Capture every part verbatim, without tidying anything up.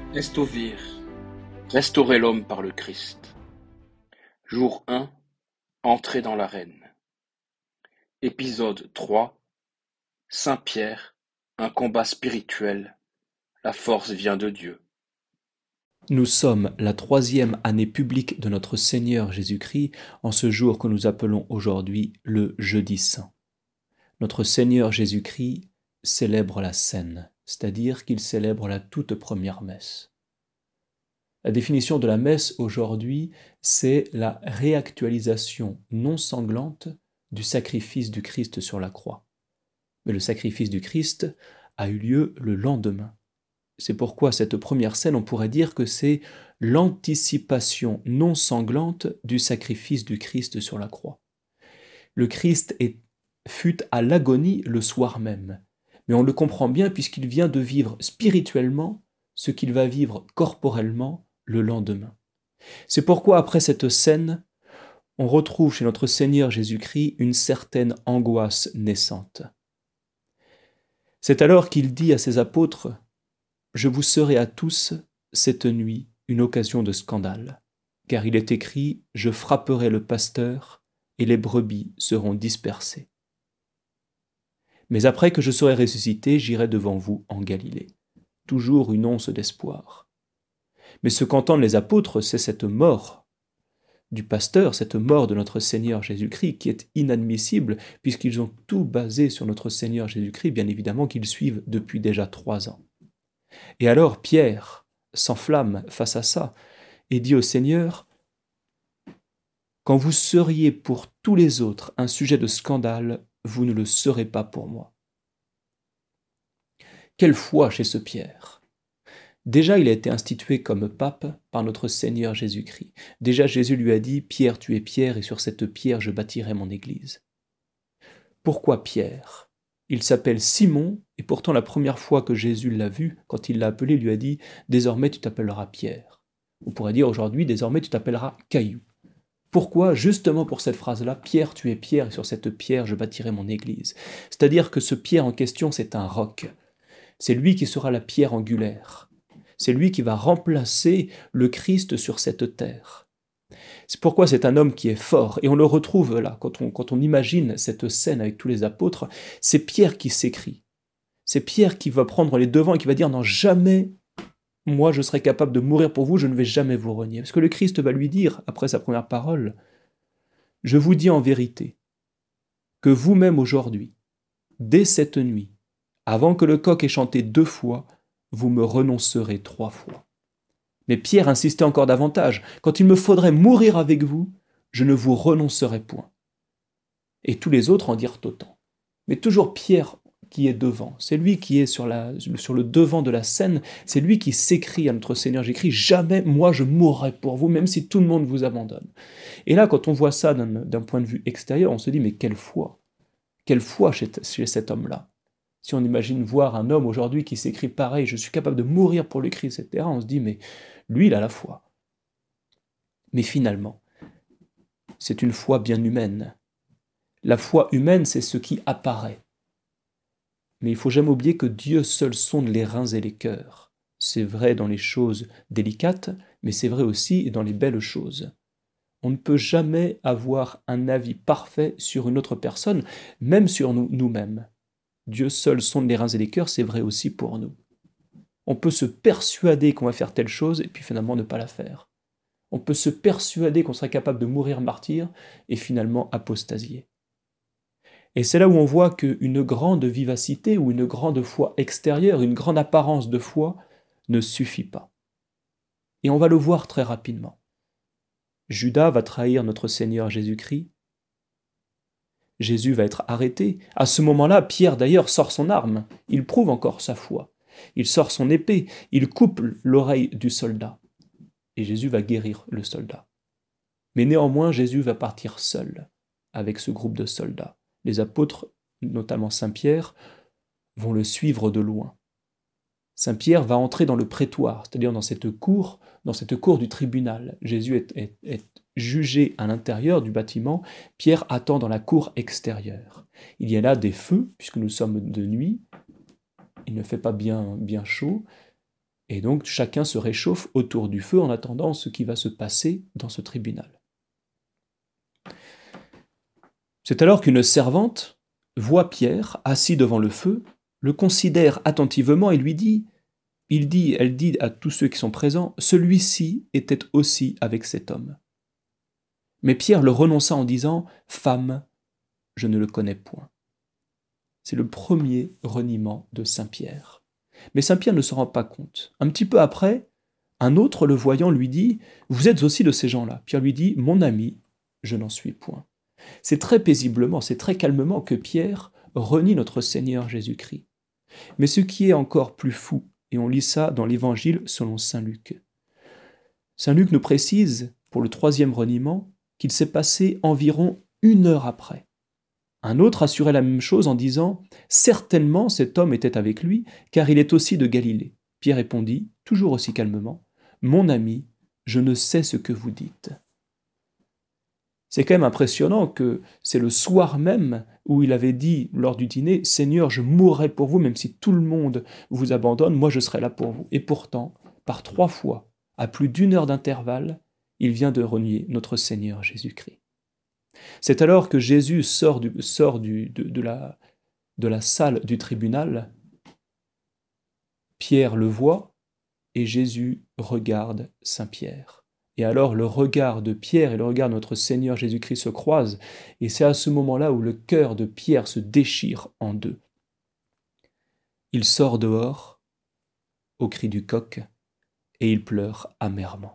Estovir, restaurer l'homme par le Christ. Jour un, Entrée dans l'arène. Épisode trois, Saint Pierre, un combat spirituel. La force vient de Dieu. Nous sommes la troisième année publique de notre Seigneur Jésus-Christ en ce jour que nous appelons aujourd'hui le Jeudi Saint. Notre Seigneur Jésus-Christ célèbre la Cène, c'est-à-dire qu'il célèbre la toute première messe. La définition de la messe aujourd'hui, c'est la réactualisation non sanglante du sacrifice du Christ sur la croix. Mais le sacrifice du Christ a eu lieu le lendemain. C'est pourquoi cette première scène, on pourrait dire que c'est l'anticipation non sanglante du sacrifice du Christ sur la croix. Le Christ est, fut à l'agonie le soir même, mais on le comprend bien puisqu'il vient de vivre spirituellement ce qu'il va vivre corporellement le lendemain. C'est pourquoi après cette scène, on retrouve chez notre Seigneur Jésus-Christ une certaine angoisse naissante. C'est alors qu'il dit à ses apôtres: « Je vous serai à tous, cette nuit, une occasion de scandale, car il est écrit, je frapperai le pasteur, et les brebis seront dispersées. Mais après que je serai ressuscité, j'irai devant vous en Galilée. » Toujours une once d'espoir. Mais ce qu'entendent les apôtres, c'est cette mort du pasteur, cette mort de notre Seigneur Jésus-Christ, qui est inadmissible, puisqu'ils ont tout basé sur notre Seigneur Jésus-Christ, bien évidemment qu'ils suivent depuis déjà trois ans. Et alors Pierre s'enflamme face à ça et dit au Seigneur: « Quand vous seriez pour tous les autres un sujet de scandale, vous ne le serez pas pour moi. » Quelle foi chez ce Pierre! Déjà, il a été institué comme pape par notre Seigneur Jésus-Christ. Déjà, Jésus lui a dit: « Pierre, tu es Pierre, et sur cette pierre, je bâtirai mon église. » Pourquoi Pierre? Il s'appelle Simon, et pourtant la première fois que Jésus l'a vu, quand il l'a appelé, il lui a dit « Désormais tu t'appelleras Pierre ». On pourrait dire aujourd'hui « Désormais tu t'appelleras Caillou ». Pourquoi? Justement pour cette phrase-là, « Pierre, tu es Pierre, et sur cette pierre, je bâtirai mon église ». C'est-à-dire que ce Pierre en question, c'est un roc. C'est lui qui sera la pierre angulaire. C'est lui qui va remplacer le Christ sur cette terre. C'est pourquoi c'est un homme qui est fort, et on le retrouve là, quand on, quand on imagine cette scène avec tous les apôtres, c'est Pierre qui s'écrie. C'est Pierre qui va prendre les devants et qui va dire « Non, jamais, moi je serai capable de mourir pour vous, je ne vais jamais vous renier. » Parce que le Christ va lui dire, après sa première parole, « Je vous dis en vérité, que vous-même aujourd'hui, dès cette nuit, avant que le coq ait chanté deux fois, vous me renoncerez trois fois. » Mais Pierre insistait encore davantage. « Quand il me faudrait mourir avec vous, je ne vous renoncerai point. » Et tous les autres en dirent autant. Mais toujours Pierre qui est devant, c'est lui qui est sur, la, sur le devant de la scène, c'est lui qui s'écrie à notre Seigneur Jésus-Christ: « Jamais moi je mourrai pour vous, même si tout le monde vous abandonne. » Et là, quand on voit ça d'un, d'un point de vue extérieur, on se dit: mais quelle foi! Quelle foi chez, chez cet homme-là! Si on imagine voir un homme aujourd'hui qui s'écrit pareil, je suis capable de mourir pour le Christ, et cetera, on se dit, mais lui, il a la foi. Mais finalement, c'est une foi bien humaine. La foi humaine, c'est ce qui apparaît. Mais il ne faut jamais oublier que Dieu seul sonde les reins et les cœurs. C'est vrai dans les choses délicates, mais c'est vrai aussi dans les belles choses. On ne peut jamais avoir un avis parfait sur une autre personne, même sur nous, nous-mêmes. Dieu seul sonde les reins et les cœurs, c'est vrai aussi pour nous. On peut se persuader qu'on va faire telle chose et puis finalement ne pas la faire. On peut se persuader qu'on serait capable de mourir martyr et finalement apostasier. Et c'est là où on voit qu'une grande vivacité ou une grande foi extérieure, une grande apparence de foi ne suffit pas. Et on va le voir très rapidement. Judas va trahir notre Seigneur Jésus-Christ. Jésus va être arrêté. À ce moment-là, Pierre d'ailleurs sort son arme. Il prouve encore sa foi. Il sort son épée. Il coupe l'oreille du soldat. Et Jésus va guérir le soldat. Mais néanmoins, Jésus va partir seul avec ce groupe de soldats. Les apôtres, notamment Saint Pierre, vont le suivre de loin. Saint Pierre va entrer dans le prétoire, c'est-à-dire dans cette cour, dans cette cour du tribunal. Jésus est, est, est jugé à l'intérieur du bâtiment, Pierre attend dans la cour extérieure. Il y a là des feux, puisque nous sommes de nuit, il ne fait pas bien, bien chaud, Et donc chacun se réchauffe autour du feu en attendant ce qui va se passer dans ce tribunal. C'est alors qu'une servante voit Pierre assis devant le feu, le considère attentivement et lui dit, il dit, elle dit à tous ceux qui sont présents, celui-ci était aussi avec cet homme. Mais Pierre le renonça en disant, femme, je ne le connais point. C'est le premier reniement de Saint Pierre. Mais Saint Pierre ne se rend pas compte. Un petit peu après, un autre le voyant lui dit, vous êtes aussi de ces gens-là. Pierre lui dit, mon ami, je n'en suis point. C'est très paisiblement, c'est très calmement que Pierre renie notre Seigneur Jésus-Christ. Mais ce qui est encore plus fou, et on lit ça dans l'Évangile selon saint Luc. Saint Luc nous précise, pour le troisième reniement, qu'il s'est passé environ une heure après. Un autre assurait la même chose en disant « Certainement cet homme était avec lui, car il est aussi de Galilée. » Pierre répondit, toujours aussi calmement « Mon ami, je ne sais ce que vous dites. » C'est quand même impressionnant que c'est le soir même où il avait dit lors du dîner « Seigneur, je mourrai pour vous, même si tout le monde vous abandonne, moi je serai là pour vous. » Et pourtant, par trois fois, à plus d'une heure d'intervalle, il vient de renier notre Seigneur Jésus-Christ. C'est alors que Jésus sort, du, sort du, de, de, la, de la salle du tribunal. Pierre le voit et Jésus regarde Saint Pierre. Et alors le regard de Pierre et le regard de notre Seigneur Jésus-Christ se croisent, et c'est à ce moment-là où le cœur de Pierre se déchire en deux. Il sort dehors, au cri du coq, et il pleure amèrement.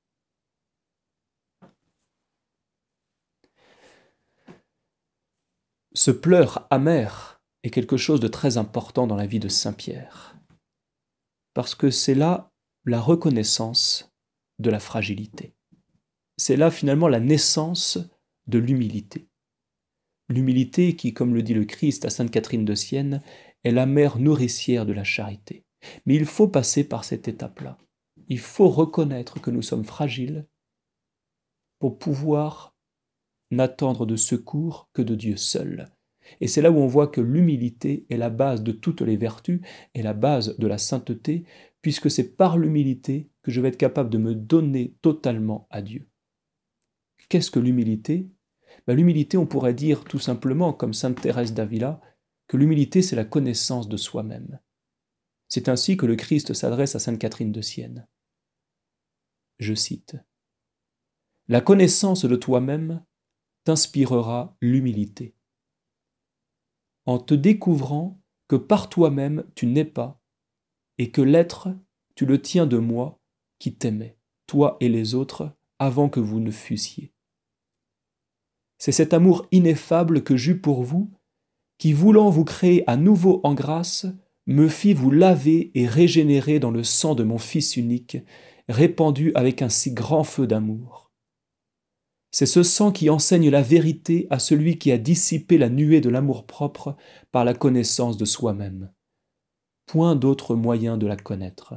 Ce pleur amer est quelque chose de très important dans la vie de Saint Pierre, parce que c'est là la reconnaissance de la fragilité. C'est là finalement la naissance de l'humilité. L'humilité qui, comme le dit le Christ à Sainte Catherine de Sienne, est la mère nourricière de la charité. Mais il faut passer par cette étape-là. Il faut reconnaître que nous sommes fragiles pour pouvoir n'attendre de secours que de Dieu seul. Et c'est là où on voit que l'humilité est la base de toutes les vertus et la base de la sainteté, puisque c'est par l'humilité que je vais être capable de me donner totalement à Dieu. Qu'est-ce que l'humilité ? Ben, l'humilité, on pourrait dire tout simplement, comme sainte Thérèse d'Avila, que l'humilité, c'est la connaissance de soi-même. C'est ainsi que le Christ s'adresse à sainte Catherine de Sienne. Je cite, « La connaissance de toi-même t'inspirera l'humilité. En te découvrant que par toi-même tu n'es pas, et que l'être, tu le tiens de moi qui t'aimais, toi et les autres, avant que vous ne fussiez. C'est cet amour ineffable que j'eus pour vous, qui, voulant vous créer à nouveau en grâce, me fit vous laver et régénérer dans le sang de mon Fils unique, répandu avec un si grand feu d'amour. C'est ce sang qui enseigne la vérité à celui qui a dissipé la nuée de l'amour-propre par la connaissance de soi-même. Point d'autre moyen de la connaître.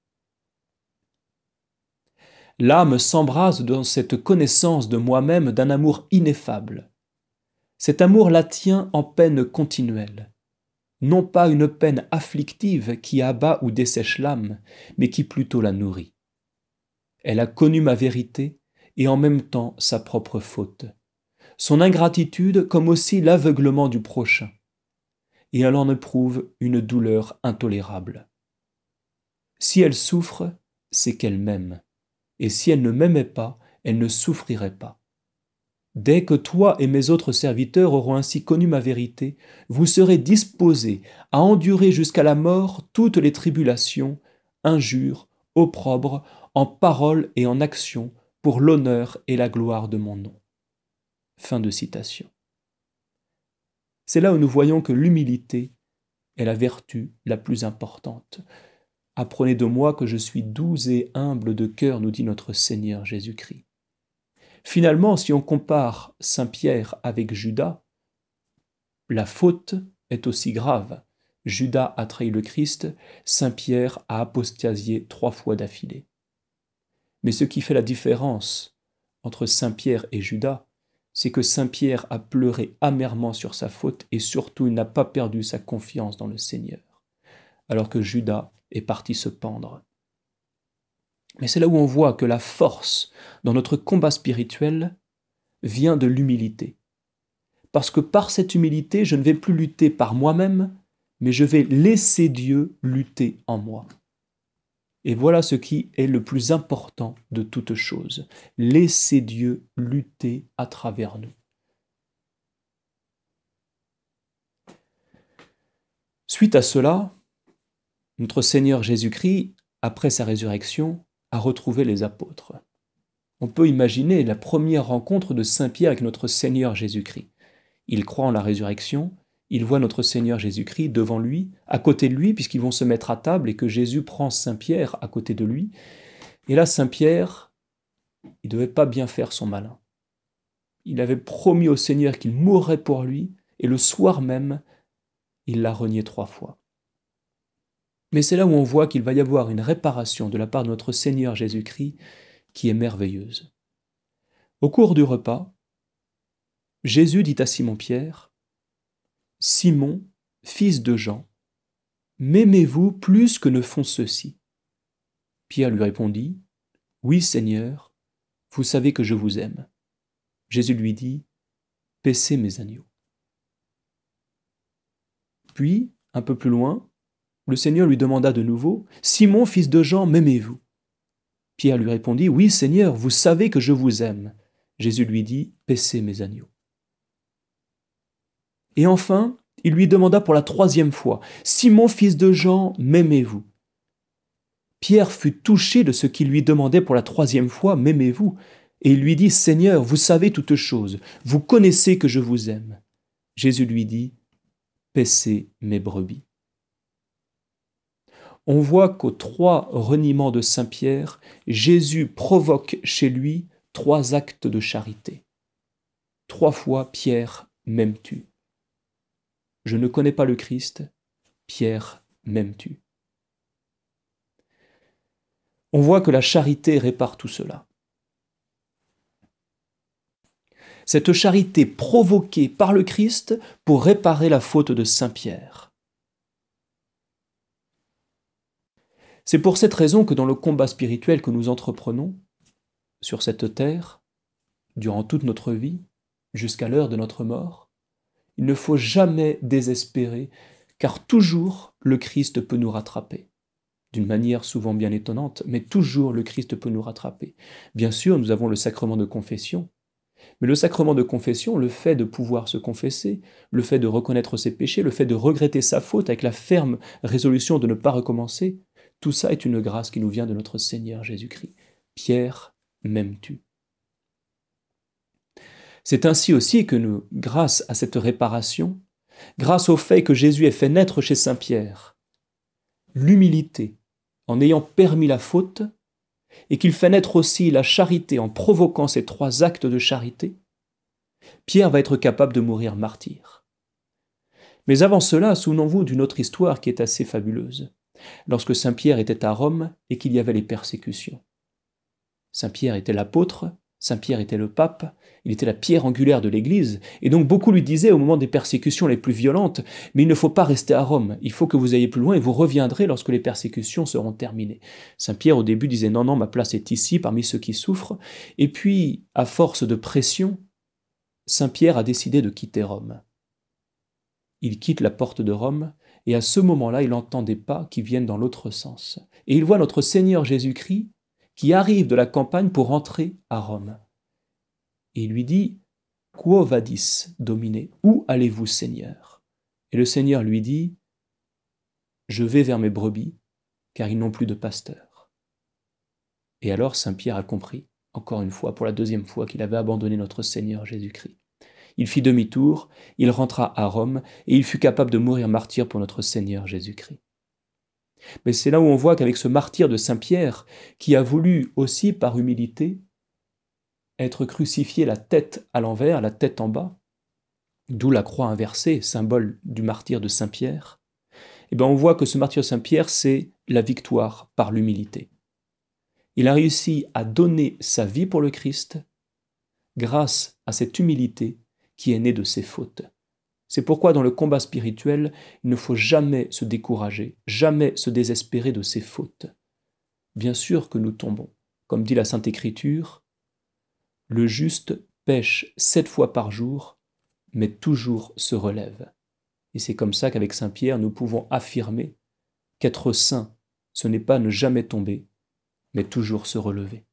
L'âme s'embrase dans cette connaissance de moi-même d'un amour ineffable. Cet amour la tient en peine continuelle. Non pas une peine afflictive qui abat ou dessèche l'âme, mais qui plutôt la nourrit. Elle a connu ma vérité, et en même temps sa propre faute, son ingratitude comme aussi l'aveuglement du prochain, et elle en éprouve une douleur intolérable. Si elle souffre, c'est qu'elle m'aime, et si elle ne m'aimait pas, elle ne souffrirait pas. Dès que toi et mes autres serviteurs auront ainsi connu ma vérité, vous serez disposés à endurer jusqu'à la mort toutes les tribulations, injures, opprobres, en parole et en action, pour l'honneur et la gloire de mon nom. » Fin de citation. C'est là où nous voyons que l'humilité est la vertu la plus importante. « Apprenez de moi que je suis doux et humble de cœur », nous dit notre Seigneur Jésus-Christ. Finalement, si on compare Saint Pierre avec Judas, la faute est aussi grave. Judas a trahi le Christ, Saint Pierre a apostasié trois fois d'affilée. Mais ce qui fait la différence entre Saint Pierre et Judas, c'est que Saint Pierre a pleuré amèrement sur sa faute et surtout il n'a pas perdu sa confiance dans le Seigneur, alors que Judas est parti se pendre. Mais c'est là où on voit que la force dans notre combat spirituel vient de l'humilité. Parce que par cette humilité, je ne vais plus lutter par moi-même, mais je vais laisser Dieu lutter en moi. Et voilà ce qui est le plus important de toute chose. Laisser Dieu lutter à travers nous. Suite à cela, notre Seigneur Jésus-Christ, après sa résurrection, a retrouvé les apôtres. On peut imaginer la première rencontre de Saint Pierre avec notre Seigneur Jésus-Christ. Il croit en la résurrection, il voit notre Seigneur Jésus-Christ devant lui, à côté de lui, puisqu'ils vont se mettre à table et que Jésus prend Saint Pierre à côté de lui. Et là, Saint Pierre, il ne devait pas bien faire son malin. Il avait promis au Seigneur qu'il mourrait pour lui, et le soir même, il l'a renié trois fois. Mais c'est là où on voit qu'il va y avoir une réparation de la part de notre Seigneur Jésus-Christ qui est merveilleuse. Au cours du repas, Jésus dit à Simon-Pierre, « Simon, fils de Jean, m'aimez-vous plus que ne font ceux-ci » Pierre lui répondit, « Oui, Seigneur, vous savez que je vous aime. » Jésus lui dit, « Paissez mes agneaux. » Puis, un peu plus loin, le Seigneur lui demanda de nouveau, « Simon, fils de Jean, m'aimez-vous » Pierre lui répondit, « Oui, Seigneur, vous savez que je vous aime. » Jésus lui dit, « Paissez mes agneaux. » Et enfin, il lui demanda pour la troisième fois, « Simon, fils de Jean, m'aimez-vous » Pierre fut touché de ce qu'il lui demandait pour la troisième fois, « M'aimez-vous » Et il lui dit, « Seigneur, vous savez toutes choses, vous connaissez que je vous aime. » Jésus lui dit, « Paissez mes brebis. » On voit qu'aux trois reniements de Saint Pierre, Jésus provoque chez lui trois actes de charité. Trois fois, Pierre, m'aimes-tu ? Je ne connais pas le Christ, Pierre, m'aimes-tu ? On voit que la charité répare tout cela. Cette charité provoquée par le Christ pour réparer la faute de Saint Pierre. C'est pour cette raison que dans le combat spirituel que nous entreprenons sur cette terre, durant toute notre vie, jusqu'à l'heure de notre mort, il ne faut jamais désespérer, car toujours le Christ peut nous rattraper. D'une manière souvent bien étonnante, mais toujours le Christ peut nous rattraper. Bien sûr, nous avons le sacrement de confession, mais le sacrement de confession, le fait de pouvoir se confesser, le fait de reconnaître ses péchés, le fait de regretter sa faute avec la ferme résolution de ne pas recommencer, tout ça est une grâce qui nous vient de notre Seigneur Jésus-Christ. Pierre, m'aimes-tu ? C'est ainsi aussi que nous, grâce à cette réparation, grâce au fait que Jésus ait fait naître chez Saint Pierre l'humilité en ayant permis la faute, et qu'il fait naître aussi la charité en provoquant ces trois actes de charité, Pierre va être capable de mourir martyr. Mais avant cela, souvenons-vous d'une autre histoire qui est assez fabuleuse. Lorsque Saint Pierre était à Rome et qu'il y avait les persécutions. Saint Pierre était l'apôtre, Saint Pierre était le pape, il était la pierre angulaire de l'Église, et donc beaucoup lui disaient au moment des persécutions les plus violentes, « Mais il ne faut pas rester à Rome, il faut que vous ayez plus loin et vous reviendrez lorsque les persécutions seront terminées. » Saint Pierre au début disait « Non, non, ma place est ici parmi ceux qui souffrent. » Et puis, à force de pression, Saint Pierre a décidé de quitter Rome. Il quitte la porte de Rome, et à ce moment-là, il entend des pas qui viennent dans l'autre sens. Et il voit notre Seigneur Jésus-Christ qui arrive de la campagne pour entrer à Rome. Et il lui dit « Quo vadis, Domine ? Où allez-vous, Seigneur ?» Et le Seigneur lui dit « Je vais vers mes brebis, car ils n'ont plus de pasteur. » Et alors Saint Pierre a compris, encore une fois, pour la deuxième fois, qu'il avait abandonné notre Seigneur Jésus-Christ. Il fit demi-tour, il rentra à Rome, et il fut capable de mourir martyr pour notre Seigneur Jésus-Christ. Mais c'est là où on voit qu'avec ce martyr de Saint Pierre, qui a voulu aussi, par humilité, être crucifié la tête à l'envers, la tête en bas, d'où la croix inversée, symbole du martyr de Saint Pierre, eh bien on voit que ce martyr de Saint Pierre, c'est la victoire par l'humilité. Il a réussi à donner sa vie pour le Christ grâce à cette humilité qui est née de ses fautes. C'est pourquoi dans le combat spirituel, il ne faut jamais se décourager, jamais se désespérer de ses fautes. Bien sûr que nous tombons. Comme dit la Sainte Écriture, le juste pêche sept fois par jour, mais toujours se relève. Et c'est comme ça qu'avec Saint Pierre, nous pouvons affirmer qu'être saint, ce n'est pas ne jamais tomber, mais toujours se relever.